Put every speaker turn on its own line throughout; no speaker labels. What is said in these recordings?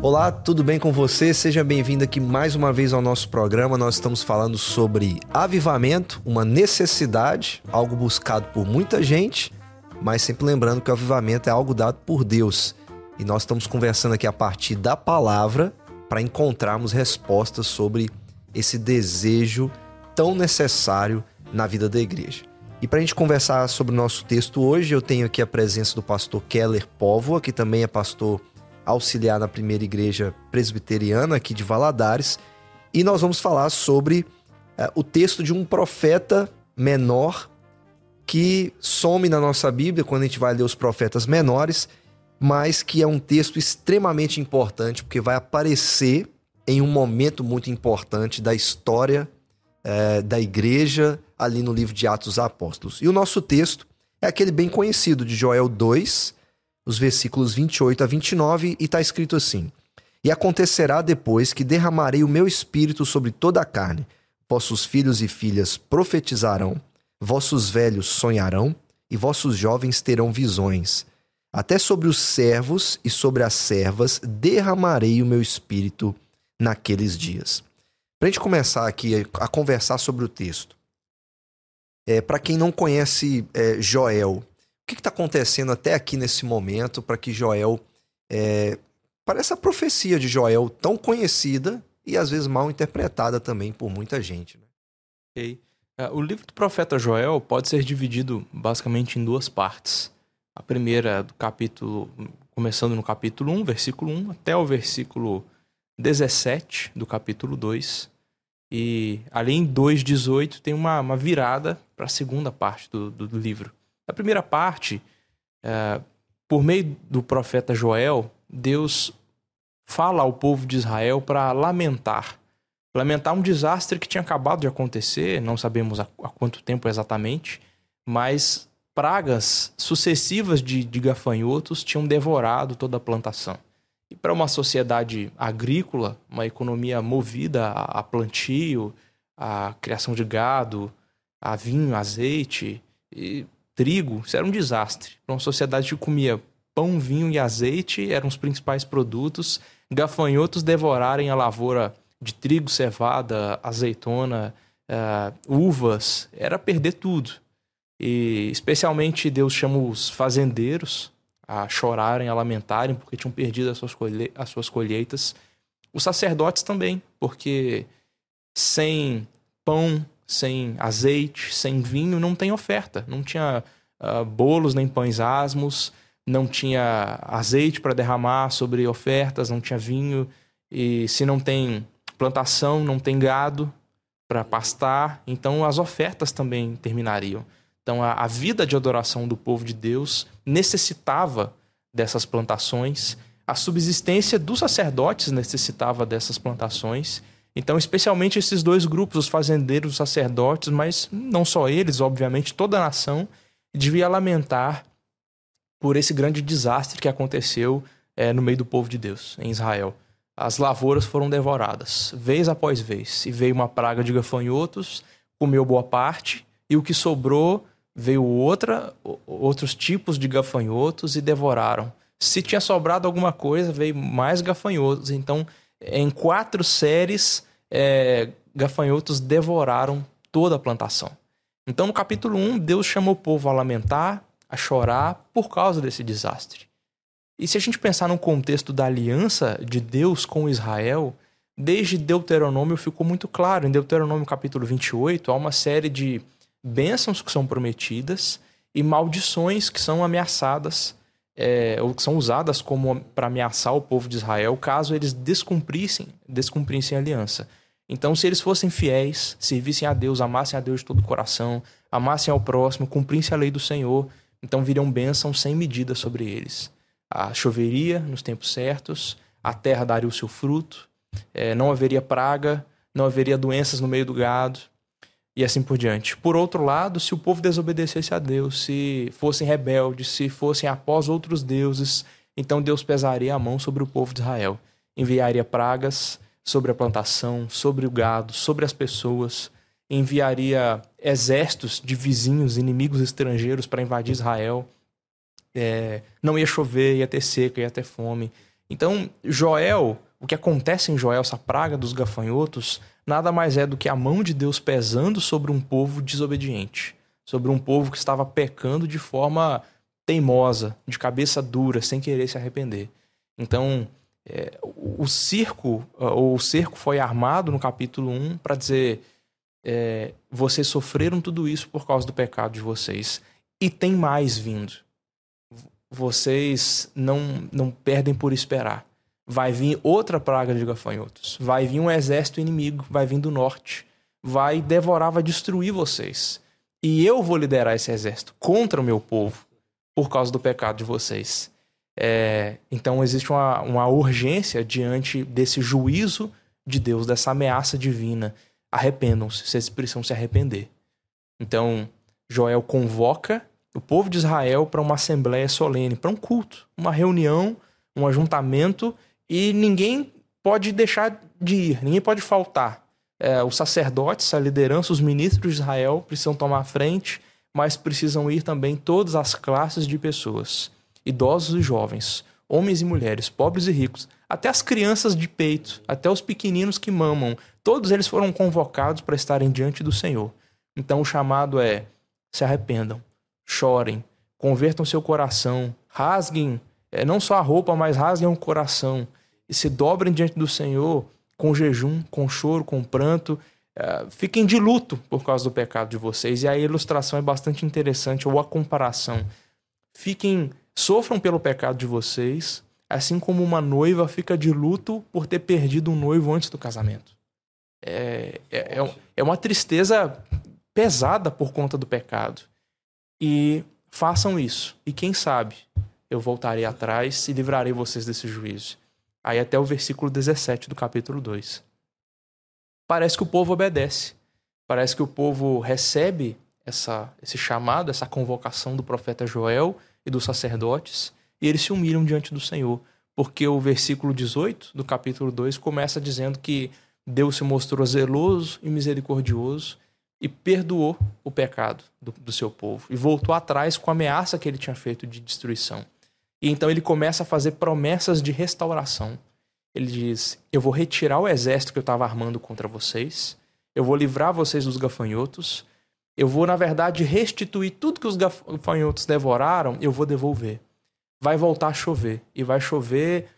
Olá, tudo bem com você? Seja bem-vindo aqui mais uma vez ao nosso programa. Nós estamos falando sobre avivamento, uma necessidade, algo buscado por muita gente, mas sempre lembrando que o avivamento é algo dado por Deus. E nós estamos conversando aqui a partir da palavra para encontrarmos respostas sobre esse desejo tão necessário na vida da igreja. E para a gente conversar sobre o nosso texto hoje, eu tenho aqui a presença do pastor Keller Póvoa, que também é pastor auxiliar na primeira igreja presbiteriana aqui de Valadares, e nós vamos falar sobre o texto de um profeta menor que some na nossa Bíblia quando a gente vai ler os profetas menores, mas que é um texto extremamente importante porque vai aparecer em um momento muito importante da história da igreja ali no livro de Atos dos Apóstolos. E o nosso texto é aquele bem conhecido de Joel 2, os versículos 28 a 29, e está escrito assim: E acontecerá depois que derramarei o meu espírito sobre toda a carne. Vossos filhos e filhas profetizarão, vossos velhos sonharão, e vossos jovens terão visões. Até sobre os servos e sobre as servas derramarei o meu espírito naqueles dias. Para a gente começar aqui a conversar sobre o texto, para quem não conhece Joel, o que está acontecendo até aqui nesse momento para que Joel, para essa profecia de Joel tão conhecida e às vezes mal interpretada também por muita gente, né?
Okay. O livro do profeta Joel pode ser dividido basicamente em duas partes. A primeira do capítulo, começando no capítulo 1, versículo 1, até o versículo 17 do capítulo 2. E ali em 2:18 tem uma virada para a segunda parte do livro. A primeira parte, por meio do profeta Joel, Deus fala ao povo de Israel para lamentar um desastre que tinha acabado de acontecer, não sabemos há quanto tempo exatamente, mas pragas sucessivas de gafanhotos tinham devorado toda a plantação. E para uma sociedade agrícola, uma economia movida a plantio, a criação de gado, a vinho, azeite e trigo, isso era um desastre. Para uma sociedade que comia pão, vinho e azeite, eram os principais produtos. Gafanhotos devorarem a lavoura de trigo, cevada, azeitona, uvas, era perder tudo. E especialmente Deus chama os fazendeiros a chorarem, a lamentarem, porque tinham perdido as suas colheitas. Os sacerdotes também, porque sem pão, sem azeite, sem vinho, não tem oferta. Não tinha bolos nem pães asmos, não tinha azeite para derramar sobre ofertas, não tinha vinho. E se não tem plantação, não tem gado para pastar, então as ofertas também terminariam. Então a vida de adoração do povo de Deus necessitava dessas plantações, a subsistência dos sacerdotes necessitava dessas plantações. Então, especialmente esses dois grupos, os fazendeiros, os sacerdotes, mas não só eles, obviamente, toda a nação devia lamentar por esse grande desastre que aconteceu no meio do povo de Deus, em Israel. As lavouras foram devoradas, vez após vez, e veio uma praga de gafanhotos, comeu boa parte, e o que sobrou veio outros tipos de gafanhotos e devoraram. Se tinha sobrado alguma coisa, veio mais gafanhotos. Então, em 4 séries, gafanhotos devoraram toda a plantação. Então, no capítulo 1, Deus chama o povo a lamentar, a chorar por causa desse desastre. E se a gente pensar no contexto da aliança de Deus com Israel, desde Deuteronômio ficou muito claro. Em Deuteronômio capítulo 28, há uma série de bênçãos que são prometidas e maldições que são ameaçadas, ou que são usadas como para ameaçar o povo de Israel, caso eles descumprissem a aliança. Então, se eles fossem fiéis, servissem a Deus, amassem a Deus de todo o coração, amassem ao próximo, cumprissem a lei do Senhor, então viriam bênçãos sem medida sobre eles. Choveria nos tempos certos, a terra daria o seu fruto, não haveria praga, não haveria doenças no meio do gado, e assim por diante. Por outro lado, se o povo desobedecesse a Deus, se fossem rebeldes, se fossem após outros deuses, então Deus pesaria a mão sobre o povo de Israel. Enviaria pragas sobre a plantação, sobre o gado, sobre as pessoas. Enviaria exércitos de vizinhos, inimigos estrangeiros para invadir Israel. Não ia chover, ia ter seca, ia ter fome. Então, Joel, o que acontece em Joel, essa praga dos gafanhotos, nada mais é do que a mão de Deus pesando sobre um povo desobediente, sobre um povo que estava pecando de forma teimosa, de cabeça dura, sem querer se arrepender. Então, o cerco foi armado no capítulo 1 para dizer: vocês sofreram tudo isso por causa do pecado de vocês. E tem mais vindo. Vocês não perdem por esperar. Vai vir outra praga de gafanhotos. Vai vir um exército inimigo, vai vir do norte. Vai devorar, vai destruir vocês. E eu vou liderar esse exército contra o meu povo por causa do pecado de vocês. Então existe uma urgência diante desse juízo de Deus, dessa ameaça divina. Arrependam-se, vocês precisam se arrepender. Então Joel convoca o povo de Israel para uma assembleia solene, para um culto, uma reunião, um ajuntamento, e ninguém pode deixar de ir, ninguém pode faltar. Os sacerdotes, a liderança, os ministros de Israel precisam tomar a frente, mas precisam ir também todas as classes de pessoas, idosos e jovens, homens e mulheres, pobres e ricos, até as crianças de peito, até os pequeninos que mamam, todos eles foram convocados para estarem diante do Senhor. Então o chamado é: se arrependam, chorem, convertam seu coração, rasguem, não só a roupa, mas rasguem o coração, e se dobrem diante do Senhor com jejum, com choro, com pranto. Fiquem de luto por causa do pecado de vocês. E a ilustração é bastante interessante, ou a comparação. Sofram pelo pecado de vocês, assim como uma noiva fica de luto por ter perdido um noivo antes do casamento. É uma tristeza pesada por conta do pecado. E façam isso. E quem sabe eu voltarei atrás e livrarei vocês desse juízo. Aí até o versículo 17 do capítulo 2. Parece que o povo obedece. Parece que o povo recebe esse chamado, essa convocação do profeta Joel e dos sacerdotes, e eles se humilham diante do Senhor. Porque o versículo 18 do capítulo 2 começa dizendo que Deus se mostrou zeloso e misericordioso e perdoou o pecado do seu povo. E voltou atrás com a ameaça que ele tinha feito de destruição. E então ele começa a fazer promessas de restauração. Ele diz: eu vou retirar o exército que eu estava armando contra vocês, eu vou livrar vocês dos gafanhotos, eu vou, na verdade, restituir tudo que os gafanhotos devoraram, eu vou devolver. Vai voltar a chover, e vai chover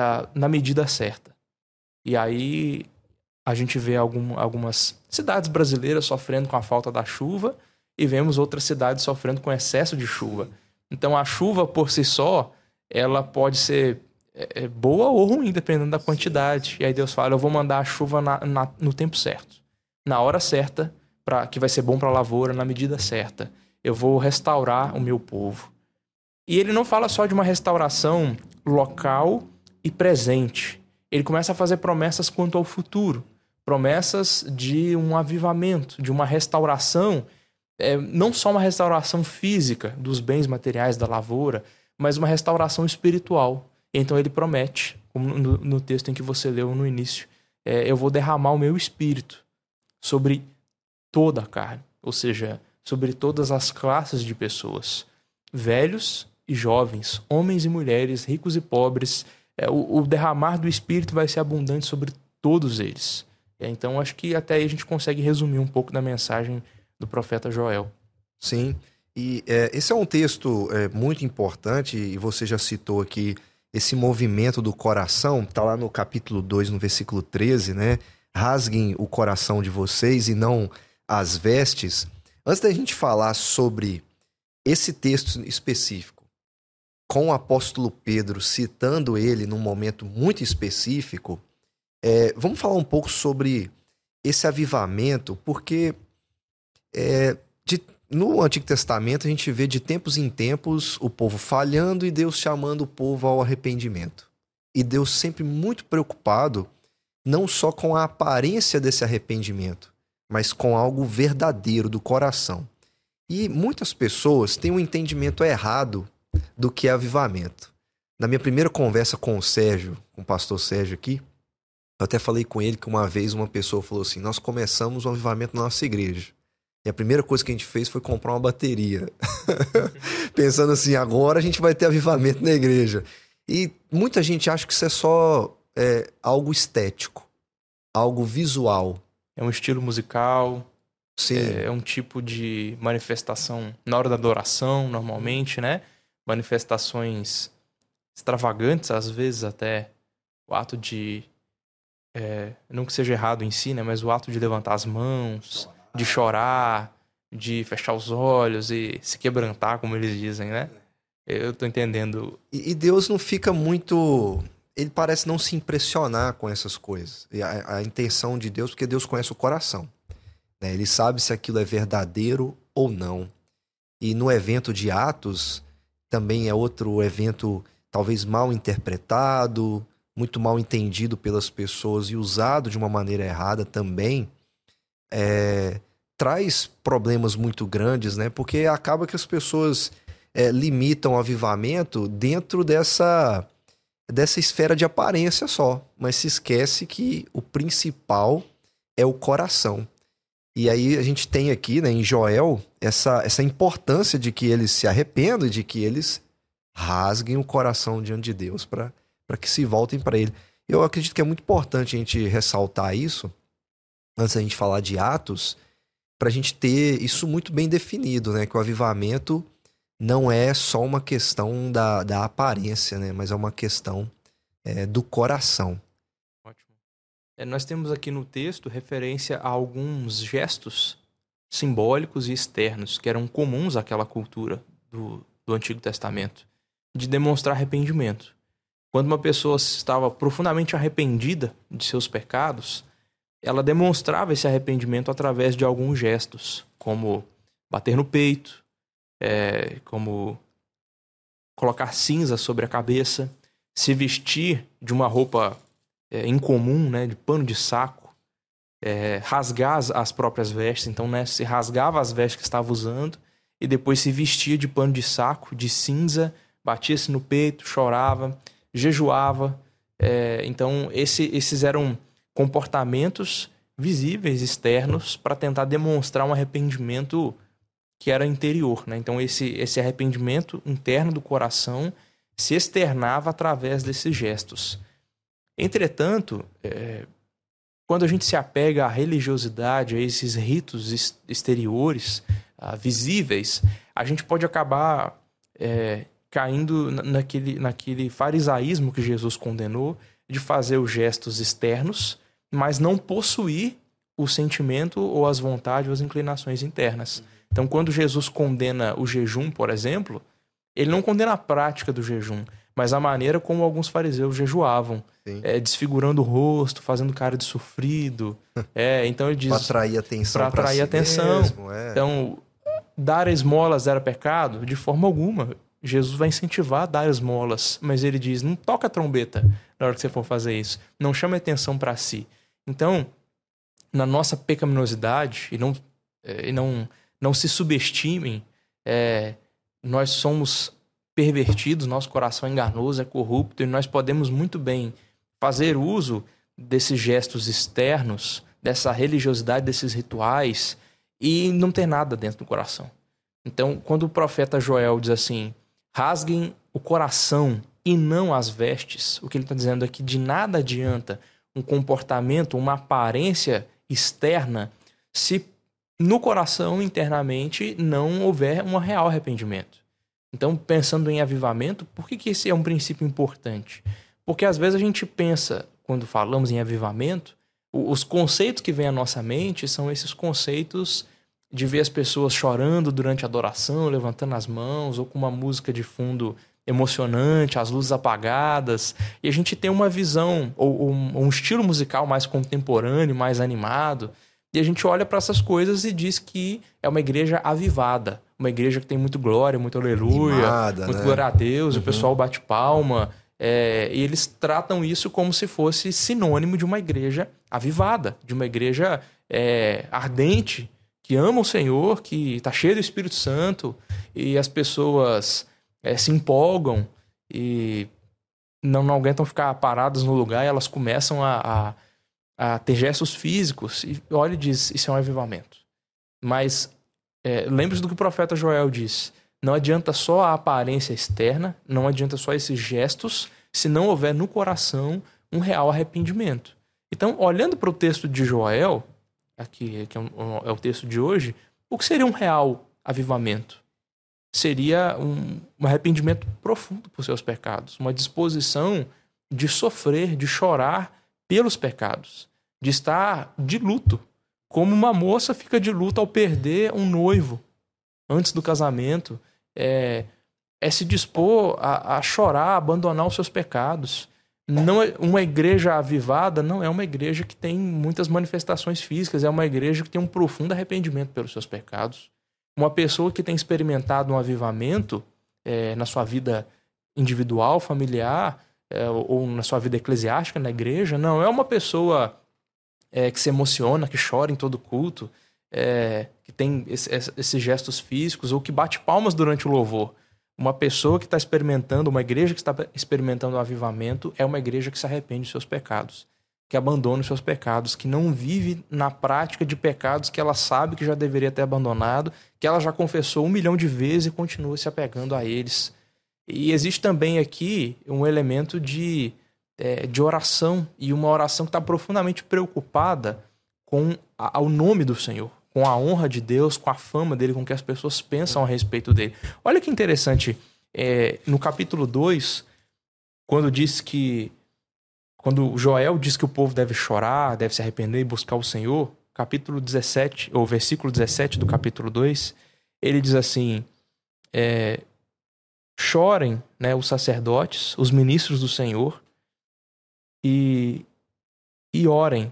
na medida certa. E aí a gente vê algumas cidades brasileiras sofrendo com a falta da chuva, e vemos outras cidades sofrendo com excesso de chuva. Então a chuva por si só, ela pode ser boa ou ruim, dependendo da quantidade. E aí Deus fala: eu vou mandar a chuva no tempo certo, na hora certa, que vai ser bom para a lavoura, na medida certa. Eu vou restaurar o meu povo. E ele não fala só de uma restauração local e presente. Ele começa a fazer promessas quanto ao futuro. Promessas de um avivamento, de uma restauração. Não só uma restauração física dos bens materiais da lavoura, mas uma restauração espiritual. Então ele promete, como no texto em que você leu no início: eu vou derramar o meu espírito sobre toda a carne, ou seja, sobre todas as classes de pessoas, velhos e jovens, homens e mulheres, ricos e pobres. O derramar do espírito vai ser abundante sobre todos eles. Então acho que até aí a gente consegue resumir um pouco da mensagem do profeta Joel.
Sim, e esse é um texto muito importante, e você já citou aqui esse movimento do coração, está lá no capítulo 2, no versículo 13, né? Rasguem o coração de vocês e não as vestes. Antes da gente falar sobre esse texto específico, com o apóstolo Pedro citando ele num momento muito específico, vamos falar um pouco sobre esse avivamento, porque no Antigo Testamento a gente vê de tempos em tempos o povo falhando e Deus chamando o povo ao arrependimento. E Deus sempre muito preocupado não só com a aparência desse arrependimento, mas com algo verdadeiro do coração. E muitas pessoas têm um entendimento errado do que é avivamento. Na minha primeira conversa com o pastor Sérgio aqui, eu até falei com ele que uma vez uma pessoa falou assim: nós começamos um avivamento na nossa igreja. E a primeira coisa que a gente fez foi comprar uma bateria. Pensando assim, agora a gente vai ter avivamento na igreja. E muita gente acha que isso é só algo estético, algo visual.
É um estilo musical,
Sim.
é um tipo de manifestação na hora da adoração, normalmente, né? Manifestações extravagantes, às vezes até o ato de... não que seja errado em si, né? Mas o ato de levantar as mãos, de chorar, de fechar os olhos e se quebrantar, como eles dizem, né? Eu tô entendendo.
E Deus não fica muito... Ele parece não se impressionar com essas coisas. E a intenção de Deus, porque Deus conhece o coração, né? Ele sabe se aquilo é verdadeiro ou não. E no evento de Atos, também é outro evento talvez mal interpretado, muito mal entendido pelas pessoas e usado de uma maneira errada também, traz problemas muito grandes, né? Porque acaba que as pessoas limitam o avivamento dentro dessa esfera de aparência só, mas se esquece que o principal é o coração. E aí a gente tem aqui, né, em Joel, essa importância de que eles se arrependam e de que eles rasguem o coração diante de Deus para que se voltem para ele. Eu acredito que é muito importante a gente ressaltar isso, antes da gente falar de Atos, para a gente ter isso muito bem definido, né? Que o avivamento não é só uma questão da aparência, né? Mas é uma questão do coração.
Ótimo. Nós temos aqui no texto referência a alguns gestos simbólicos e externos que eram comuns àquela cultura do Antigo Testamento, de demonstrar arrependimento. Quando uma pessoa estava profundamente arrependida de seus pecados, ela demonstrava esse arrependimento através de alguns gestos, como bater no peito, como colocar cinza sobre a cabeça, se vestir de uma roupa incomum, né, de pano de saco, rasgar as próprias vestes. Então, né, se rasgava as vestes que estava usando e depois se vestia de pano de saco, de cinza, batia-se no peito, chorava, jejuava. Então, esses eram comportamentos visíveis, externos, para tentar demonstrar um arrependimento que era interior, né? Então, esse arrependimento interno do coração se externava através desses gestos. Entretanto, quando a gente se apega à religiosidade, a esses ritos exteriores, visíveis, a gente pode acabar caindo naquele farisaísmo que Jesus condenou, de fazer os gestos externos, mas não possuir o sentimento ou as vontades ou as inclinações internas. Então, quando Jesus condena o jejum, por exemplo, ele não condena a prática do jejum, mas a maneira como alguns fariseus jejuavam, desfigurando o rosto, fazendo cara de sofrido. Então ele diz...
Para atrair atenção.
Para atrair atenção.
Mesmo,
Então, dar esmolas era pecado? De forma alguma. Jesus vai incentivar a dar esmolas, mas ele diz, não toca a trombeta na hora que você for fazer isso. Não chame atenção para si. Então, na nossa pecaminosidade, e não se subestimem, nós somos pervertidos, nosso coração é enganoso, é corrupto, e nós podemos muito bem fazer uso desses gestos externos, dessa religiosidade, desses rituais, e não ter nada dentro do coração. Então, quando o profeta Joel diz assim, rasguem o coração e não as vestes, o que ele está dizendo é que de nada adianta um comportamento, uma aparência externa, se no coração, internamente, não houver um real arrependimento. Então, pensando em avivamento, por que esse é um princípio importante? Porque às vezes a gente pensa, quando falamos em avivamento, os conceitos que vêm à nossa mente são esses conceitos de ver as pessoas chorando durante a adoração, levantando as mãos, ou com uma música de fundo emocionante, as luzes apagadas, e a gente tem uma visão, ou um estilo musical mais contemporâneo, mais animado, e a gente olha para essas coisas e diz que é uma igreja avivada, uma igreja que tem muito glória, muito aleluia,
animada,
muito
né?
glória a Deus, o pessoal bate palma, e eles tratam isso como se fosse sinônimo de uma igreja avivada, de uma igreja ardente, que ama o Senhor, que está cheio do Espírito Santo, e as pessoas se empolgam e não aguentam ficar paradas no lugar, e elas começam a ter gestos físicos, e olha e diz, isso é um avivamento. Mas lembre-se do que o profeta Joel diz, não adianta só a aparência externa, não adianta só esses gestos, se não houver no coração um real arrependimento. Então, olhando para o texto de Joel, aqui que é o texto de hoje, o que seria um real avivamento? Seria um arrependimento profundo por seus pecados, uma disposição de sofrer, de chorar pelos pecados, de estar de luto, como uma moça fica de luto ao perder um noivo antes do casamento, é se dispor a chorar, a abandonar os seus pecados. Não é uma igreja avivada, não é uma igreja que tem muitas manifestações físicas, é uma igreja que tem um profundo arrependimento pelos seus pecados. Uma pessoa que tem experimentado um avivamento na sua vida individual, familiar, ou na sua vida eclesiástica, na igreja, não é uma pessoa que se emociona, que chora em todo culto, que tem esses gestos físicos, ou que bate palmas durante o louvor. Uma pessoa que está experimentando, uma igreja que está experimentando um avivamento, é uma igreja que se arrepende dos seus pecados, que abandona os seus pecados, que não vive na prática de pecados que ela sabe que já deveria ter abandonado, que ela já confessou 1 milhão de vezes e continua se apegando a eles. E existe também aqui um elemento de oração, e uma oração que está profundamente preocupada com o nome do Senhor, com a honra de Deus, com a fama dele, com o que as pessoas pensam a respeito dele. Olha que interessante, no capítulo 2, quando Joel diz que o povo deve chorar, deve se arrepender e buscar o Senhor, capítulo 17, ou versículo 17 do capítulo 2, ele diz assim: chorem, né, os sacerdotes, os ministros do Senhor, e orem,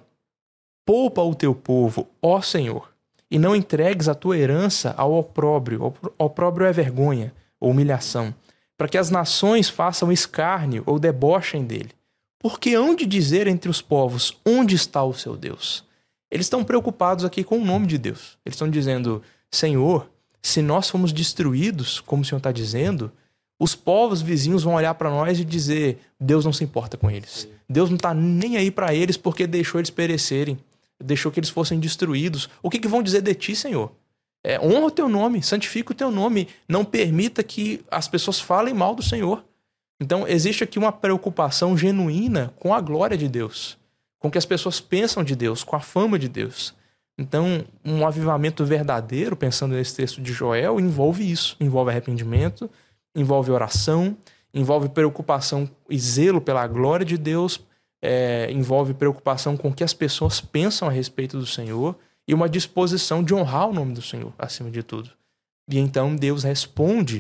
poupa o teu povo, ó Senhor, e não entregues a tua herança ao opróbrio. Opróbrio é vergonha ou humilhação, para que as nações façam escárnio ou debochem dele. Porque hão de dizer entre os povos, onde está o seu Deus? Eles estão preocupados aqui com o nome de Deus. Eles estão dizendo: Senhor, se nós fomos destruídos, como o Senhor está dizendo, os povos vizinhos vão olhar para nós e dizer: Deus não se importa com eles. Deus não está nem aí para eles porque deixou eles perecerem, deixou que eles fossem destruídos. O que vão dizer de ti, Senhor? Honra o teu nome, santifica o teu nome, não permita que as pessoas falem mal do Senhor. Então existe aqui uma preocupação genuína com a glória de Deus, com o que as pessoas pensam de Deus, com a fama de Deus. Então um avivamento verdadeiro, pensando nesse texto de Joel, envolve isso, envolve arrependimento, envolve oração, envolve preocupação e zelo pela glória de Deus, envolve preocupação com o que as pessoas pensam a respeito do Senhor e uma disposição de honrar o nome do Senhor, acima de tudo. E então Deus responde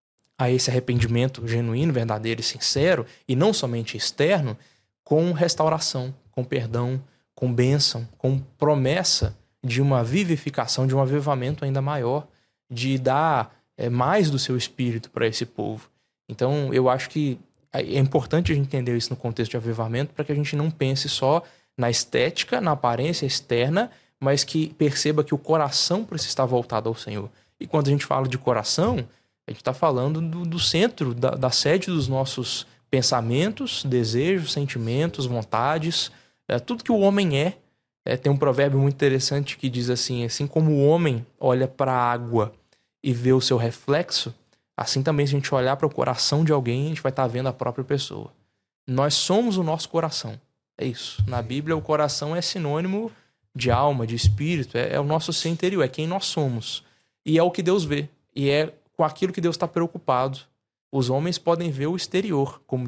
a esse arrependimento genuíno, verdadeiro e sincero, e não somente externo, com restauração, com perdão, com bênção, com promessa de uma vivificação, de um avivamento ainda maior, de dar mais do seu espírito para esse povo. Então, eu acho que é importante a gente entender isso no contexto de avivamento, para que a gente não pense só na estética, na aparência externa, mas que perceba que o coração precisa estar voltado ao Senhor. E quando a gente fala de coração, a gente está falando do centro, da sede dos nossos pensamentos, desejos, sentimentos, vontades, tudo que o homem é. Tem um provérbio muito interessante que diz assim como o homem olha para a água e vê o seu reflexo, assim também se a gente olhar para o coração de alguém, a gente vai estar vendo a própria pessoa. Nós somos o nosso coração. É isso. Na Bíblia, o coração é sinônimo de alma, de espírito, é o nosso ser interior, é quem nós somos. E é o que Deus vê. E é com aquilo que Deus está preocupado. Os homens podem ver o exterior, como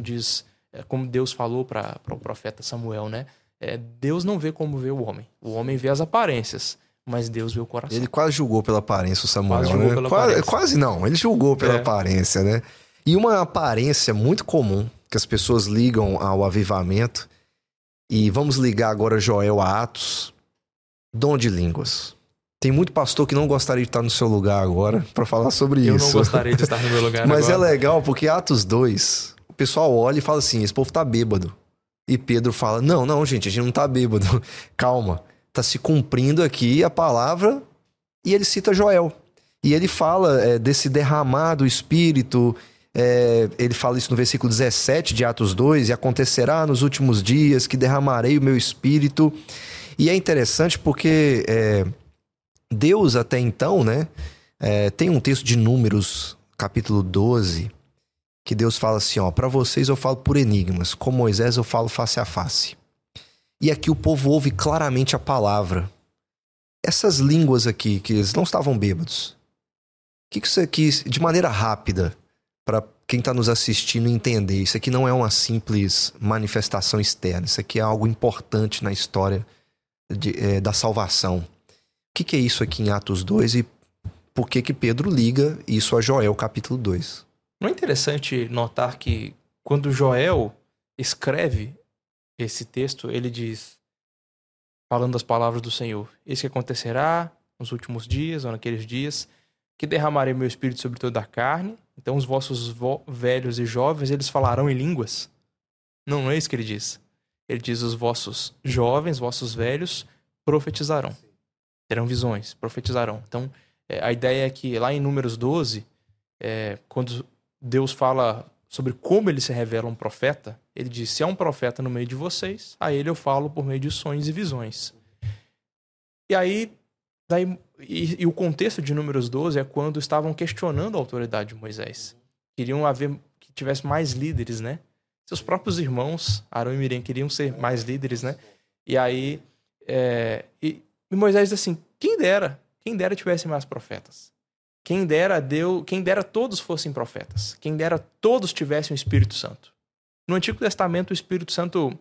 Deus falou para o profeta Samuel, né? Deus não vê como vê o homem. O homem vê as aparências, mas Deus vê o coração.
Ele quase julgou pela aparência o Samuel, né? Quase não, ele julgou pela aparência, né? E uma aparência muito comum que as pessoas ligam ao avivamento, e vamos ligar agora Joel a Atos, dom de línguas. Tem muito pastor que não gostaria de estar no seu lugar agora para falar sobre isso.
Eu não gostaria de estar no meu lugar
Mas
agora.
É legal porque Atos 2, o pessoal olha e fala assim, esse povo tá bêbado. E Pedro fala, não, gente, a gente não tá bêbado. Calma, tá se cumprindo aqui a palavra. E ele cita Joel. E ele fala desse derramar do Espírito. Ele fala isso no versículo 17 de Atos 2. E acontecerá nos últimos dias que derramarei o meu Espírito. E é interessante porque Deus até então, né? Tem um texto de Números, capítulo 12, que Deus fala assim, ó, para vocês eu falo por enigmas, com Moisés eu falo face a face. E aqui o povo ouve claramente a palavra. Essas línguas aqui, que eles não estavam bêbados, o que isso aqui, de maneira rápida, para quem está nos assistindo entender, isso aqui não é uma simples manifestação externa, isso aqui é algo importante na história da salvação. O que é isso aqui em Atos 2 e por que Pedro liga isso a Joel capítulo 2?
Não é interessante notar que quando Joel escreve esse texto, ele diz, falando as palavras do Senhor, eis que acontecerá nos últimos dias, ou naqueles dias, que derramarei meu espírito sobre toda a carne, então os vossos velhos e jovens, eles falarão em línguas. Não é isso que ele diz. Ele diz, os vossos jovens, vossos velhos, profetizarão. Terão visões, profetizarão. Então, a ideia é que lá em Números 12, quando Deus fala sobre como ele se revela um profeta, ele diz, se há um profeta no meio de vocês, a ele eu falo por meio de sonhos e visões. E aí, e o contexto de Números 12 é quando estavam questionando a autoridade de Moisés. Queriam que tivesse mais líderes, né? Seus próprios irmãos, Arão e Miriam, queriam ser mais líderes, né? E aí, e Moisés diz assim, quem dera tivesse mais profetas. Quem dera todos fossem profetas. Quem dera todos tivessem o Espírito Santo. No Antigo Testamento, o Espírito Santo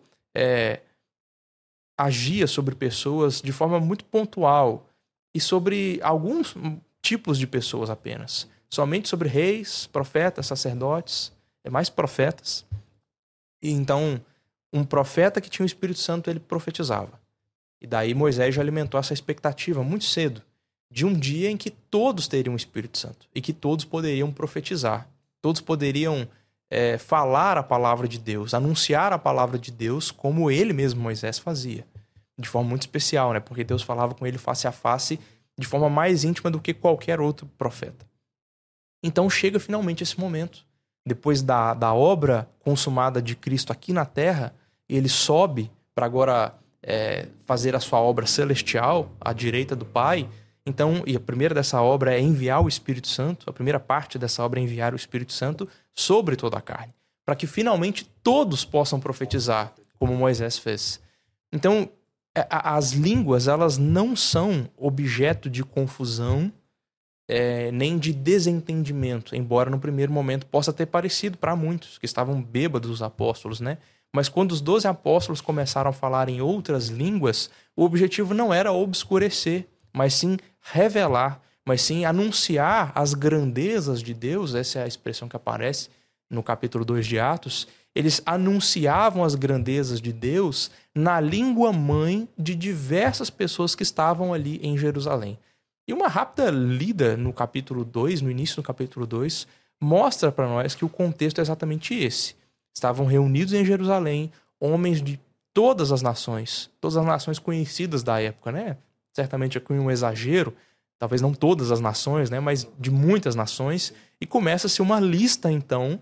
agia sobre pessoas de forma muito pontual e sobre alguns tipos de pessoas apenas. Somente sobre reis, profetas, sacerdotes, mais profetas. E então, um profeta que tinha o Espírito Santo, ele profetizava. E daí Moisés já alimentou essa expectativa muito cedo, de um dia em que todos teriam o Espírito Santo e que todos poderiam profetizar. Todos poderiam falar a palavra de Deus, anunciar a palavra de Deus como ele mesmo, Moisés, fazia. De forma muito especial, né? Porque Deus falava com ele face a face de forma mais íntima do que qualquer outro profeta. Então chega finalmente esse momento. Depois da obra consumada de Cristo aqui na terra, ele sobe para agora fazer a sua obra celestial, à direita do Pai. Então, e a primeira dessa obra é enviar o Espírito Santo, a primeira parte dessa obra é enviar o Espírito Santo sobre toda a carne, para que finalmente todos possam profetizar, como Moisés fez. Então, as línguas, elas não são objeto de confusão, nem de desentendimento, embora no primeiro momento possa ter parecido para muitos, que estavam bêbados os apóstolos, né? Mas quando os 12 apóstolos começaram a falar em outras línguas, o objetivo não era obscurecer, mas sim revelar, mas sim anunciar as grandezas de Deus. Essa é a expressão que aparece no capítulo 2 de Atos. Eles anunciavam as grandezas de Deus na língua mãe de diversas pessoas que estavam ali em Jerusalém. E uma rápida lida no capítulo 2, no início do capítulo 2, mostra para nós que o contexto é exatamente esse. Estavam reunidos em Jerusalém homens de todas as nações conhecidas da época, né? Certamente aqui um exagero, talvez não todas as nações, né? Mas de muitas nações. E começa-se uma lista, então,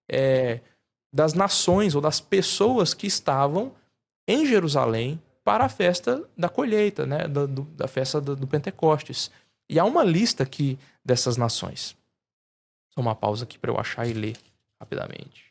das nações ou das pessoas que estavam em Jerusalém para a festa da colheita, né? Da festa do Pentecostes. E há uma lista aqui dessas nações. Só uma pausa aqui para eu achar e ler rapidamente.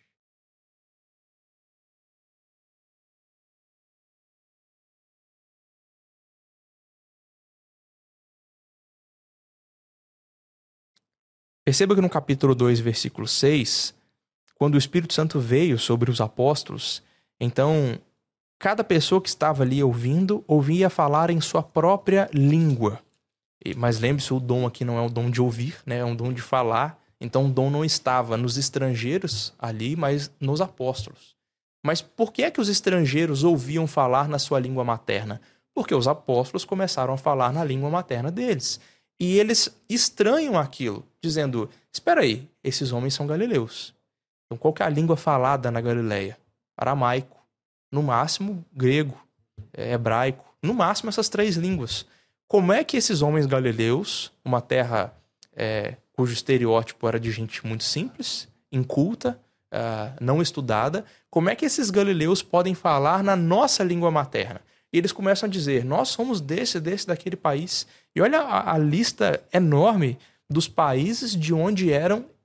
Perceba que no capítulo 2, versículo 6, quando o Espírito Santo veio sobre os apóstolos, então cada pessoa que estava ali ouvindo, ouvia falar em sua própria língua. Mas lembre-se, o dom aqui não é um dom de ouvir, né? É um dom de falar. Então o dom não estava nos estrangeiros ali, mas nos apóstolos. Mas por que é que os estrangeiros ouviam falar na sua língua materna? Porque os apóstolos começaram a falar na língua materna deles. E eles estranham aquilo, dizendo, espera aí, esses homens são galileus. Então qual que é a língua falada na Galileia? Aramaico, no máximo grego, hebraico, no máximo essas 3 línguas. Como é que esses homens galileus, uma terra cujo estereótipo era de gente muito simples, inculta, não estudada, como é que esses galileus podem falar na nossa língua materna? E eles começam a dizer, nós somos daquele país. E olha a lista enorme dos países de onde eram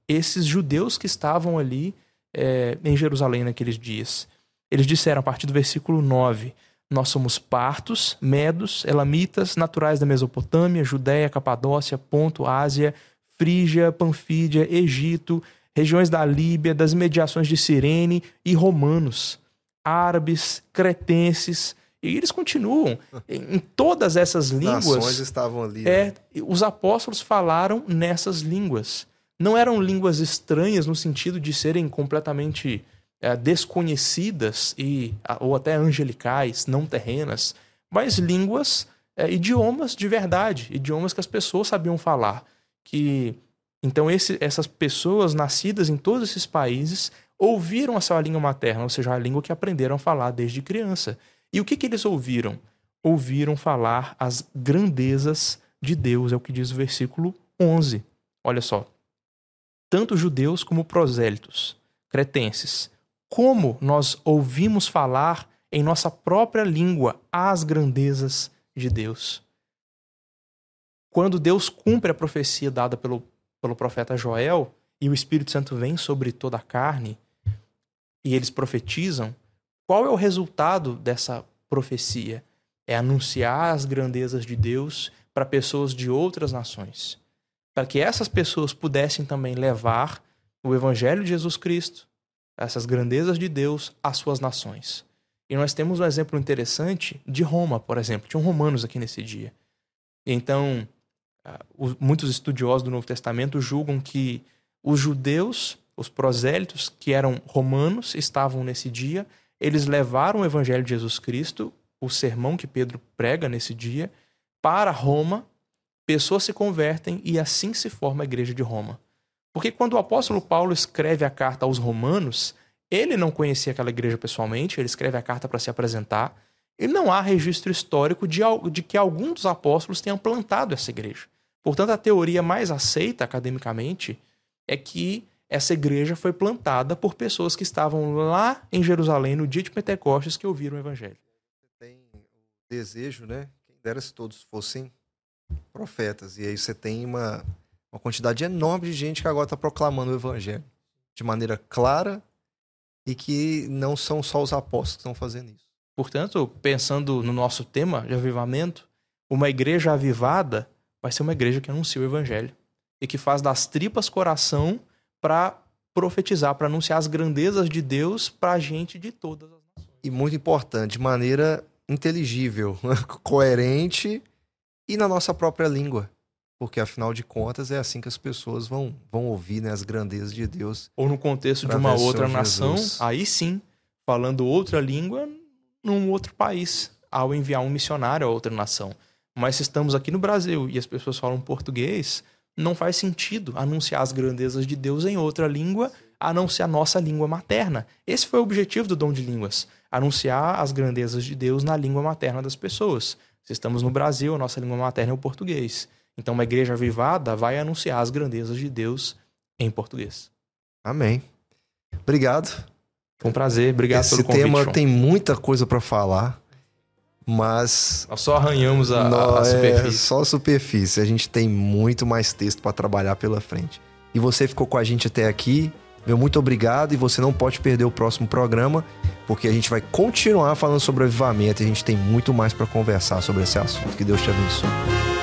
esses judeus que estavam ali em Jerusalém naqueles dias. Eles disseram, a partir do versículo 9, nós somos partos, medos, elamitas, naturais da Mesopotâmia, Judéia, Capadócia, Ponto, Ásia, Frígia, Panfídia, Egito, regiões da Líbia, das imediações de Cirene e romanos, árabes, cretenses, e eles continuam. Em todas essas línguas...
Nações estavam ali. Né?
Os apóstolos falaram nessas línguas. Não eram línguas estranhas no sentido de serem completamente desconhecidas ou até angelicais, não terrenas, mas línguas, idiomas de verdade, idiomas que as pessoas sabiam falar. Então essas pessoas nascidas em todos esses países ouviram a sua língua materna, ou seja, a língua que aprenderam a falar desde criança. E o que eles ouviram? Ouviram falar as grandezas de Deus, é o que diz o versículo 11. Olha só. Tanto judeus como prosélitos, cretenses, como nós ouvimos falar em nossa própria língua as grandezas de Deus. Quando Deus cumpre a profecia dada pelo profeta Joel e o Espírito Santo vem sobre toda a carne e eles profetizam, qual é o resultado dessa profecia? É anunciar as grandezas de Deus para pessoas de outras nações, para que essas pessoas pudessem também levar o Evangelho de Jesus Cristo, essas grandezas de Deus, às suas nações. E nós temos um exemplo interessante de Roma, por exemplo. Tinham romanos aqui nesse dia. Então, muitos estudiosos do Novo Testamento julgam que os judeus, os prosélitos, que eram romanos, estavam nesse dia. Eles levaram o Evangelho de Jesus Cristo, o sermão que Pedro prega nesse dia, para Roma. Pessoas se convertem e assim se forma a Igreja de Roma. Porque quando o apóstolo Paulo escreve a carta aos romanos, ele não conhecia aquela igreja pessoalmente, ele escreve a carta para se apresentar, e não há registro histórico de que algum dos apóstolos tenham plantado essa igreja. Portanto, a teoria mais aceita academicamente é que essa igreja foi plantada por pessoas que estavam lá em Jerusalém no dia de Pentecostes que ouviram o Evangelho.
Tem o desejo, né? Quem dera se todos fossem profetas. E aí você tem uma quantidade enorme de gente que agora está proclamando o Evangelho de maneira clara e que não são só os apóstolos que estão fazendo isso.
Portanto, pensando no nosso tema de avivamento, uma igreja avivada vai ser uma igreja que anuncia o Evangelho e que faz das tripas coração para profetizar, para anunciar as grandezas de Deus para a gente de todas as nações.
E muito importante, de maneira inteligível, coerente e na nossa própria língua. Porque, afinal de contas, é assim que as pessoas vão ouvir, né, as grandezas de Deus.
Ou no contexto de uma outra nação, aí sim, falando outra língua num outro país, ao enviar um missionário a outra nação. Mas se estamos aqui no Brasil e as pessoas falam português, não faz sentido anunciar as grandezas de Deus em outra língua, a não ser a nossa língua materna. Esse foi o objetivo do Dom de Línguas, anunciar as grandezas de Deus na língua materna das pessoas. Se estamos no Brasil, a nossa língua materna é o português. Então, uma igreja avivada vai anunciar as grandezas de Deus em português.
Amém. Obrigado.
Foi um prazer. Obrigado pelo convite.
Esse tema tem muita coisa para falar, mas...
Nós só arranhamos a superfície.
Só a superfície. A gente tem muito mais texto para trabalhar pela frente. E você ficou com a gente até aqui. Meu muito obrigado. E você não pode perder o próximo programa, porque a gente vai continuar falando sobre avivamento. E a gente tem muito mais para conversar sobre esse assunto. Que Deus te abençoe.